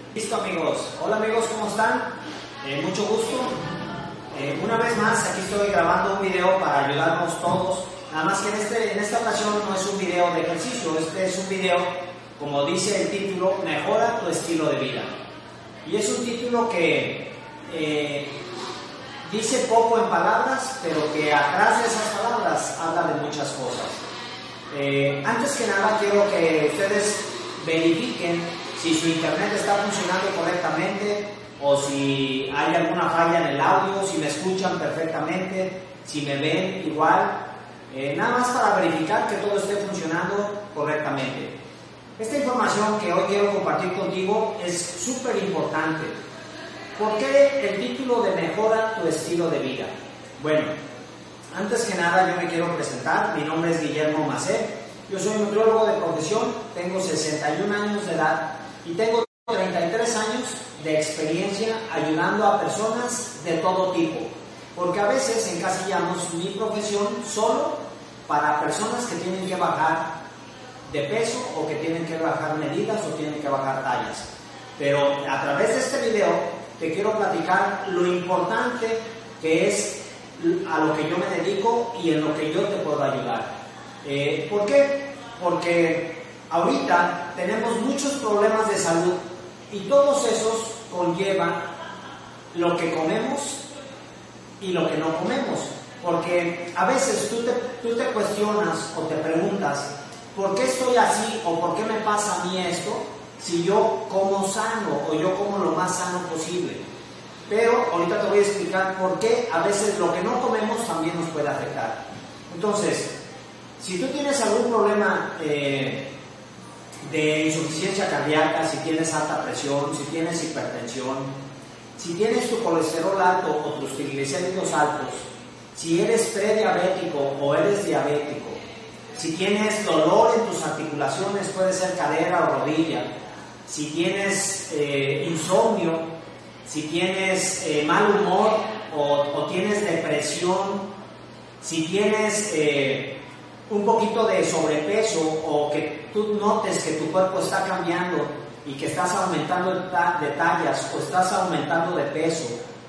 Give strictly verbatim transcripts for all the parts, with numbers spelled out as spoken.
Listo, amigos. Hola, amigos, ¿cómo están? Eh, mucho gusto. Eh, una vez más, aquí estoy grabando un video para ayudarnos todos. Nada más que en, este, en esta ocasión no es un video de ejercicio, este es un video, como dice el título, Mejora tu estilo de vida. Y es un título que eh, dice poco en palabras, pero que atrás de esas palabras habla de muchas cosas. Eh, antes que nada, quiero que ustedes verifiquen si su internet está funcionando correctamente o si hay alguna falla en el audio, si me escuchan perfectamente, si me ven igual. Eh, nada más para verificar que todo esté funcionando correctamente. Esta información que hoy quiero compartir contigo es súper importante. ¿Por qué el título de Mejora tu estilo de vida? Bueno, antes que nada yo me quiero presentar. Mi nombre es Guillermo Macé. Yo soy nutriólogo de profesión, tengo sesenta y un años de edad y tengo treinta y tres años de experiencia ayudando a personas de todo tipo. Porque a veces encasillamos mi profesión solo para personas que tienen que bajar de peso o que tienen que bajar medidas o tienen que bajar tallas. Pero a través de este video te quiero platicar lo importante que es a lo que yo me dedico y en lo que yo te puedo ayudar. Eh, ¿Por qué? Porque ahorita tenemos muchos problemas de salud y todos esos conllevan lo que comemos y lo que no comemos. Porque a veces tú te, tú te cuestionas o te preguntas, ¿por qué estoy así o por qué me pasa a mí esto si yo como sano o yo como lo más sano posible? Pero ahorita te voy a explicar por qué a veces lo que no comemos también nos puede afectar. Entonces, si tú tienes algún problema eh, de insuficiencia cardíaca, si tienes alta presión, si tienes hipertensión, si tienes tu colesterol alto o tus triglicéridos altos, si eres prediabético o eres diabético, si tienes dolor en tus articulaciones, puede ser cadera o rodilla, si tienes eh, insomnio, si tienes eh, mal humor o, o tienes depresión, si tienes eh, un poquito de sobrepeso o que tú notes que tu cuerpo está cambiando y que estás aumentando de tallas o estás aumentando de peso,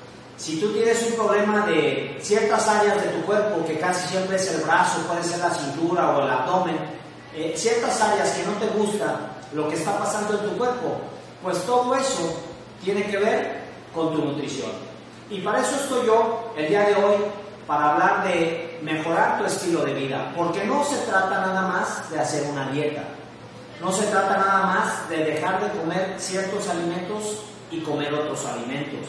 si tú tienes un problema de ciertas áreas de tu cuerpo, que casi siempre es el brazo, puede ser la cintura o el abdomen, eh, ciertas áreas que no te gusta lo que está pasando en tu cuerpo, pues todo eso tiene que ver con tu nutrición. Y para eso estoy yo el día de hoy, para hablar de mejorar tu estilo de vida, porque no se trata nada más de hacer una dieta, no se trata nada más de dejar de comer ciertos alimentos y comer otros alimentos.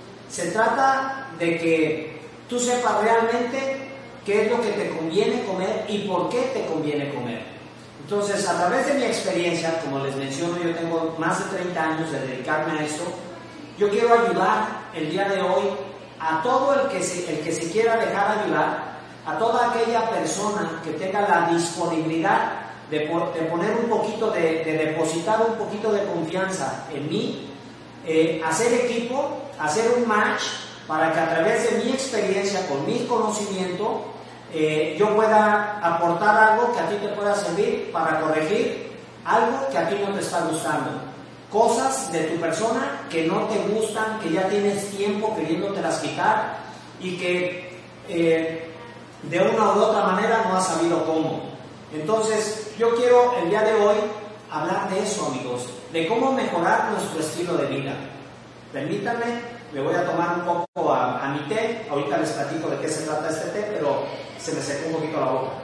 Se trata de que tú sepas realmente qué es lo que te conviene comer y por qué te conviene comer. Entonces, a través de mi experiencia, como les menciono, yo tengo más de treinta años de dedicarme a esto. Yo quiero ayudar el día de hoy a todo el que se, el que se quiera dejar ayudar, a toda aquella persona que tenga la disponibilidad de, de poner un poquito, de, de depositar un poquito de confianza en mí, eh, hacer equipo, hacer un match para que a través de mi experiencia, con mi conocimiento, eh, yo pueda aportar algo que a ti te pueda servir para corregir algo que a ti no te está gustando. Cosas de tu persona que no te gustan, que ya tienes tiempo queriéndotelas quitar y que eh, de una u otra manera no has sabido cómo. Entonces, yo quiero el día de hoy hablar de eso, amigos, de cómo mejorar nuestro estilo de vida. Permítanme, me voy a tomar un poco a, a mi té. Ahorita les platico de qué se trata este té, pero se me secó un poquito la boca.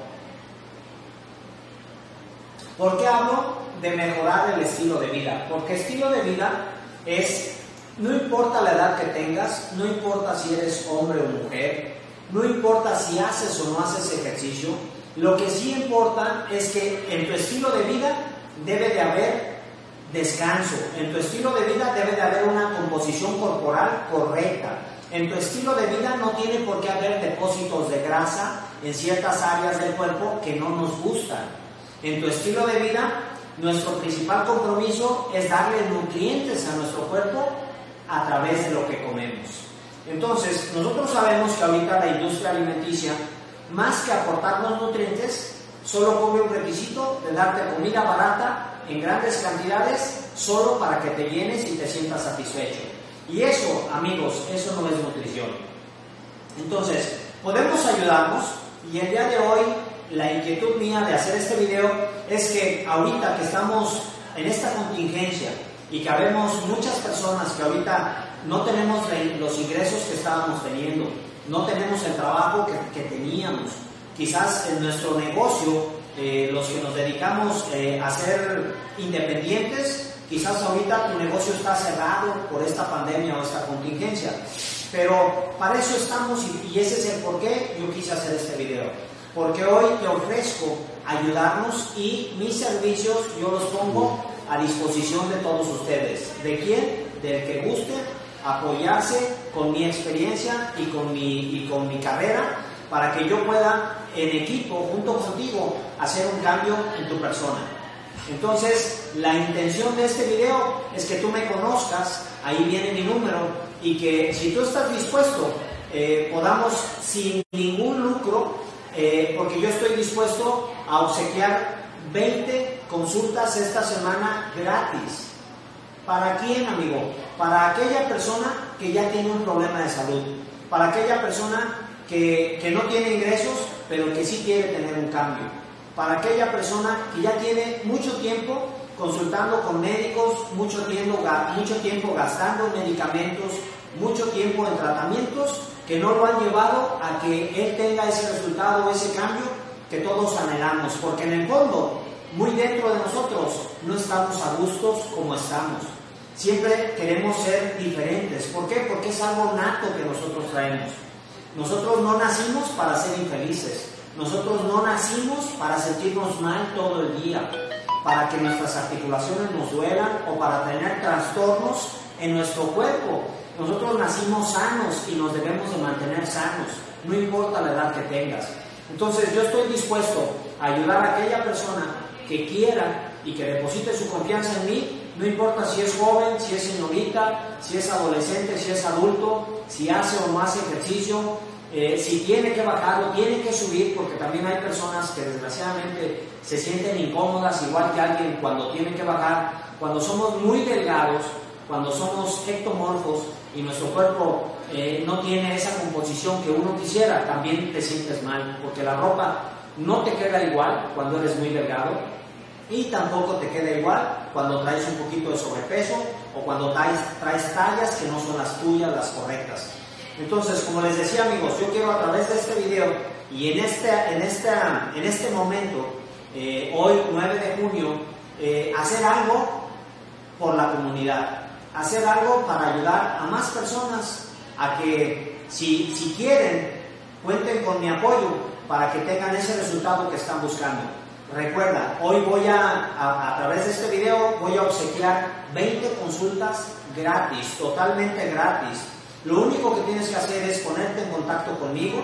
¿Por qué hablo de mejorar el estilo de vida? Porque estilo de vida es, no importa la edad que tengas, no importa si eres hombre o mujer, no importa si haces o no haces ejercicio, lo que sí importa es que en tu estilo de vida debe de haber descanso, en tu estilo de vida debe de haber una composición corporal correcta, en tu estilo de vida no tiene por qué haber depósitos de grasa en ciertas áreas del cuerpo que no nos gustan. En tu estilo de vida, nuestro principal compromiso es darle nutrientes a nuestro cuerpo a través de lo que comemos. Entonces, nosotros sabemos que ahorita la industria alimenticia, más que aportarnos nutrientes, solo come un requisito de darte comida barata en grandes cantidades solo para que te llenes y te sientas satisfecho. Y eso, amigos, eso no es nutrición. Entonces, podemos ayudarnos, y el día de hoy la inquietud mía de hacer este video es que ahorita que estamos en esta contingencia y que habemos muchas personas que ahorita no tenemos los ingresos que estábamos teniendo, no tenemos el trabajo que, que teníamos, quizás en nuestro negocio, eh, los que nos dedicamos eh, a ser independientes, quizás ahorita tu negocio está cerrado por esta pandemia o esta contingencia, pero para eso estamos y, y ese es el por qué yo quise hacer este video, porque hoy te ofrezco ayudarnos y mis servicios yo los pongo a disposición de todos ustedes. ¿De quién? Del que guste apoyarse con mi experiencia y con mi, y con mi carrera para que yo pueda en equipo, junto contigo, hacer un cambio en tu persona. Entonces, la intención de este video es que tú me conozcas, ahí viene mi número, y que si tú estás dispuesto, eh, podamos sin ningún lucro, eh, porque yo estoy dispuesto a obsequiar veinte consultas esta semana gratis. ¿Para quién, amigo? Para aquella persona que ya tiene un problema de salud, para aquella persona que, que no tiene ingresos, pero que sí quiere tener un cambio, para aquella persona que ya tiene mucho tiempo consultando con médicos, mucho tiempo, mucho tiempo gastando en medicamentos, mucho tiempo en tratamientos que no lo han llevado a que él tenga ese resultado, ese cambio que todos anhelamos, porque en el fondo, muy dentro de nosotros, no estamos a gustos como estamos. Siempre queremos ser diferentes. ¿Por qué? Porque es algo nato que nosotros traemos. Nosotros no nacimos para ser infelices. Nosotros no nacimos para sentirnos mal todo el día, para que nuestras articulaciones nos duelan o para tener trastornos en nuestro cuerpo. Nosotros nacimos sanos y nos debemos de mantener sanos, no importa la edad que tengas. Entonces yo estoy dispuesto a ayudar a aquella persona que quiera y que deposite su confianza en mí, no importa si es joven, si es señorita, si es adolescente, si es adulto, si hace o no hace ejercicio, eh, si tiene que bajar o tiene que subir, porque también hay personas que desgraciadamente se sienten incómodas, igual que alguien cuando tiene que bajar, cuando somos muy delgados, cuando somos ectomorfos y nuestro cuerpo eh, no tiene esa composición que uno quisiera, también te sientes mal, porque la ropa no te queda igual cuando eres muy delgado y tampoco te queda igual cuando traes un poquito de sobrepeso o cuando traes, traes tallas que no son las tuyas, las correctas. Entonces, como les decía, amigos, yo quiero a través de este video y en este, en este, en este momento, eh, hoy nueve de junio, eh, hacer algo por la comunidad, hacer algo para ayudar a más personas a que si, si quieren, cuenten con mi apoyo para que tengan ese resultado que están buscando. Recuerda, hoy voy a, a, a través de este video, voy a obsequiar veinte consultas gratis, totalmente gratis. Lo único que tienes que hacer es ponerte en contacto conmigo,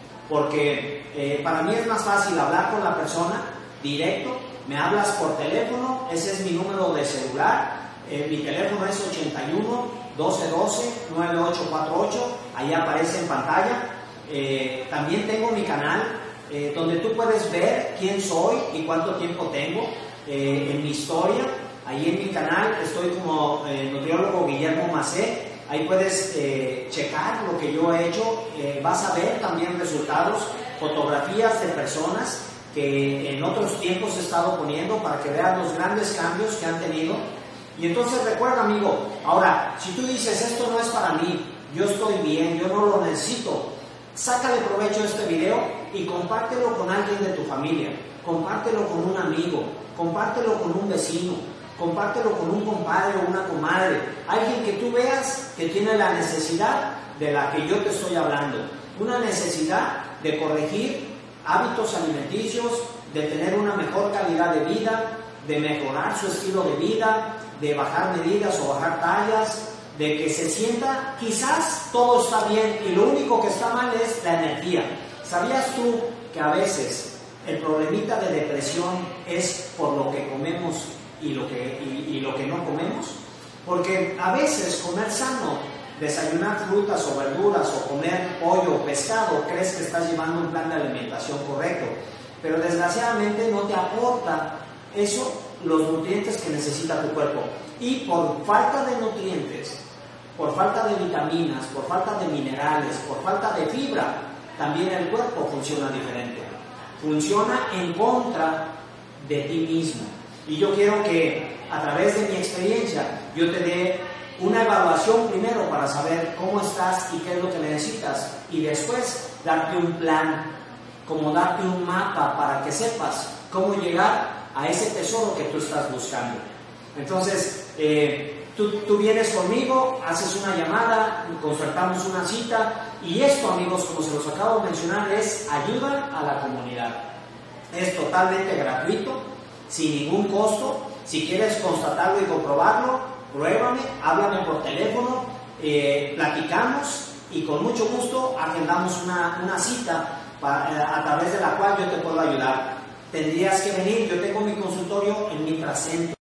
porque eh, para mí es más fácil hablar con la persona directo. Me hablas por teléfono, ese es mi número de celular. Eh, mi teléfono es ochenta y uno, doce doce, noventa y ocho cuarenta y ocho, ahí aparece en pantalla. Eh, también tengo mi canal, eh, donde tú puedes ver quién soy y cuánto tiempo tengo eh, en mi historia. Ahí en mi canal estoy como eh, nutriólogo Guillermo Macé. Ahí puedes eh, checar lo que yo he hecho. Eh, vas a ver también resultados, fotografías de personas que en otros tiempos he estado poniendo para que veas los grandes cambios que han tenido. Y entonces recuerda, amigo, ahora, si tú dices, esto no es para mí, yo estoy bien, yo no lo necesito, sácale provecho a este video y compártelo con alguien de tu familia, compártelo con un amigo, compártelo con un vecino, compártelo con un compadre o una comadre, alguien que tú veas que tiene la necesidad de la que yo te estoy hablando, una necesidad de corregir hábitos alimenticios, de tener una mejor calidad de vida, de mejorar su estilo de vida, de bajar medidas o bajar tallas, de que se sienta, quizás todo está bien y lo único que está mal es la energía. ¿Sabías tú que a veces el problemita de depresión es por lo que comemos y lo que, y, y lo que no comemos? Porque a veces comer sano, desayunar frutas o verduras o comer pollo o pescado, crees que estás llevando un plan de alimentación correcto, pero desgraciadamente no te aporta eso los nutrientes que necesita tu cuerpo. Y por falta de nutrientes, por falta de vitaminas, por falta de minerales, por falta de fibra, también el cuerpo funciona diferente. Funciona en contra de ti mismo. Y yo quiero que a través de mi experiencia yo te dé una evaluación primero para saber cómo estás y qué es lo que necesitas, y después darte un plan, como darte un mapa para que sepas cómo llegar a ese tesoro que tú estás buscando. Entonces, eh, tú, tú vienes conmigo, haces una llamada, concertamos una cita, y esto, amigos, como se los acabo de mencionar, es ayuda a la comunidad. Es totalmente gratuito, sin ningún costo. Si quieres constatarlo y comprobarlo, pruébame, háblame por teléfono, eh, platicamos y con mucho gusto agendamos una, una cita para, a través de la cual yo te puedo ayudar. Tendrías que venir, yo tengo mi consultorio en Mitra Centro.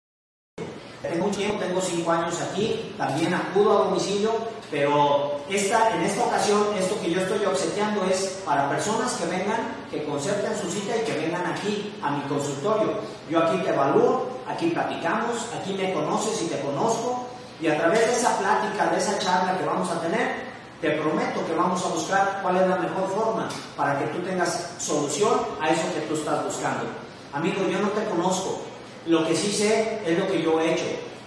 Tengo mucho tiempo, tengo cinco años aquí, también acudo a domicilio, pero esta, en esta ocasión, esto que yo estoy obsequiando es para personas que vengan, que concerten su cita y que vengan aquí a mi consultorio. Yo aquí te evalúo, aquí platicamos, aquí me conoces y te conozco, y a través de esa plática, de esa charla que vamos a tener, te prometo que vamos a buscar cuál es la mejor forma para que tú tengas solución a eso que tú estás buscando. Amigo, yo no te conozco. Lo que sí sé es lo que yo he hecho,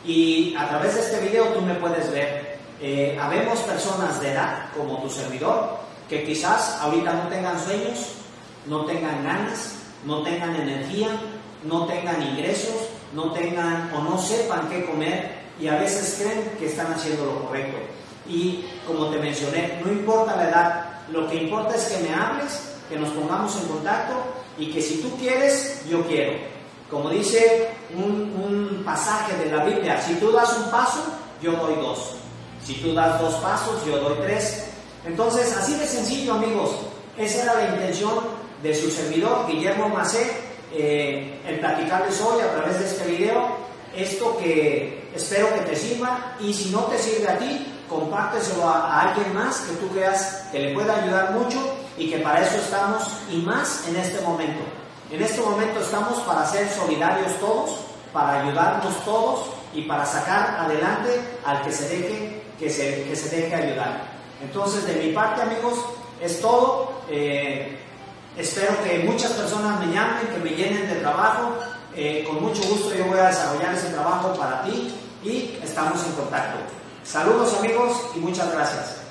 y a través de este video tú me puedes ver. Eh, habemos personas de edad como tu servidor que quizás ahorita no tengan sueños, no tengan ganas, no tengan energía, no tengan ingresos, no tengan o no sepan qué comer, y a veces creen que están haciendo lo correcto. Y como te mencioné, no importa la edad, lo que importa es que me hables, que nos pongamos en contacto, y que si tú quieres, yo quiero. Como dice un, un pasaje de la Biblia, si tú das un paso, yo doy dos. Si tú das dos pasos, yo doy tres. Entonces, así de sencillo, amigos. Esa era la intención de su servidor, Guillermo Macé, eh, el platicarles hoy a través de este video, esto que espero que te sirva, y si no te sirve a ti, compárteselo a, a alguien más que tú creas que le pueda ayudar mucho, y que para eso estamos, y más en este momento. En este momento estamos para ser solidarios todos, para ayudarnos todos y para sacar adelante al que se deje, que se, que se deje ayudar. Entonces, de mi parte, amigos, es todo. Eh, espero que muchas personas me llamen, que me llenen de trabajo. Eh, con mucho gusto yo voy a desarrollar ese trabajo para ti, y estamos en contacto. Saludos, amigos, y muchas gracias.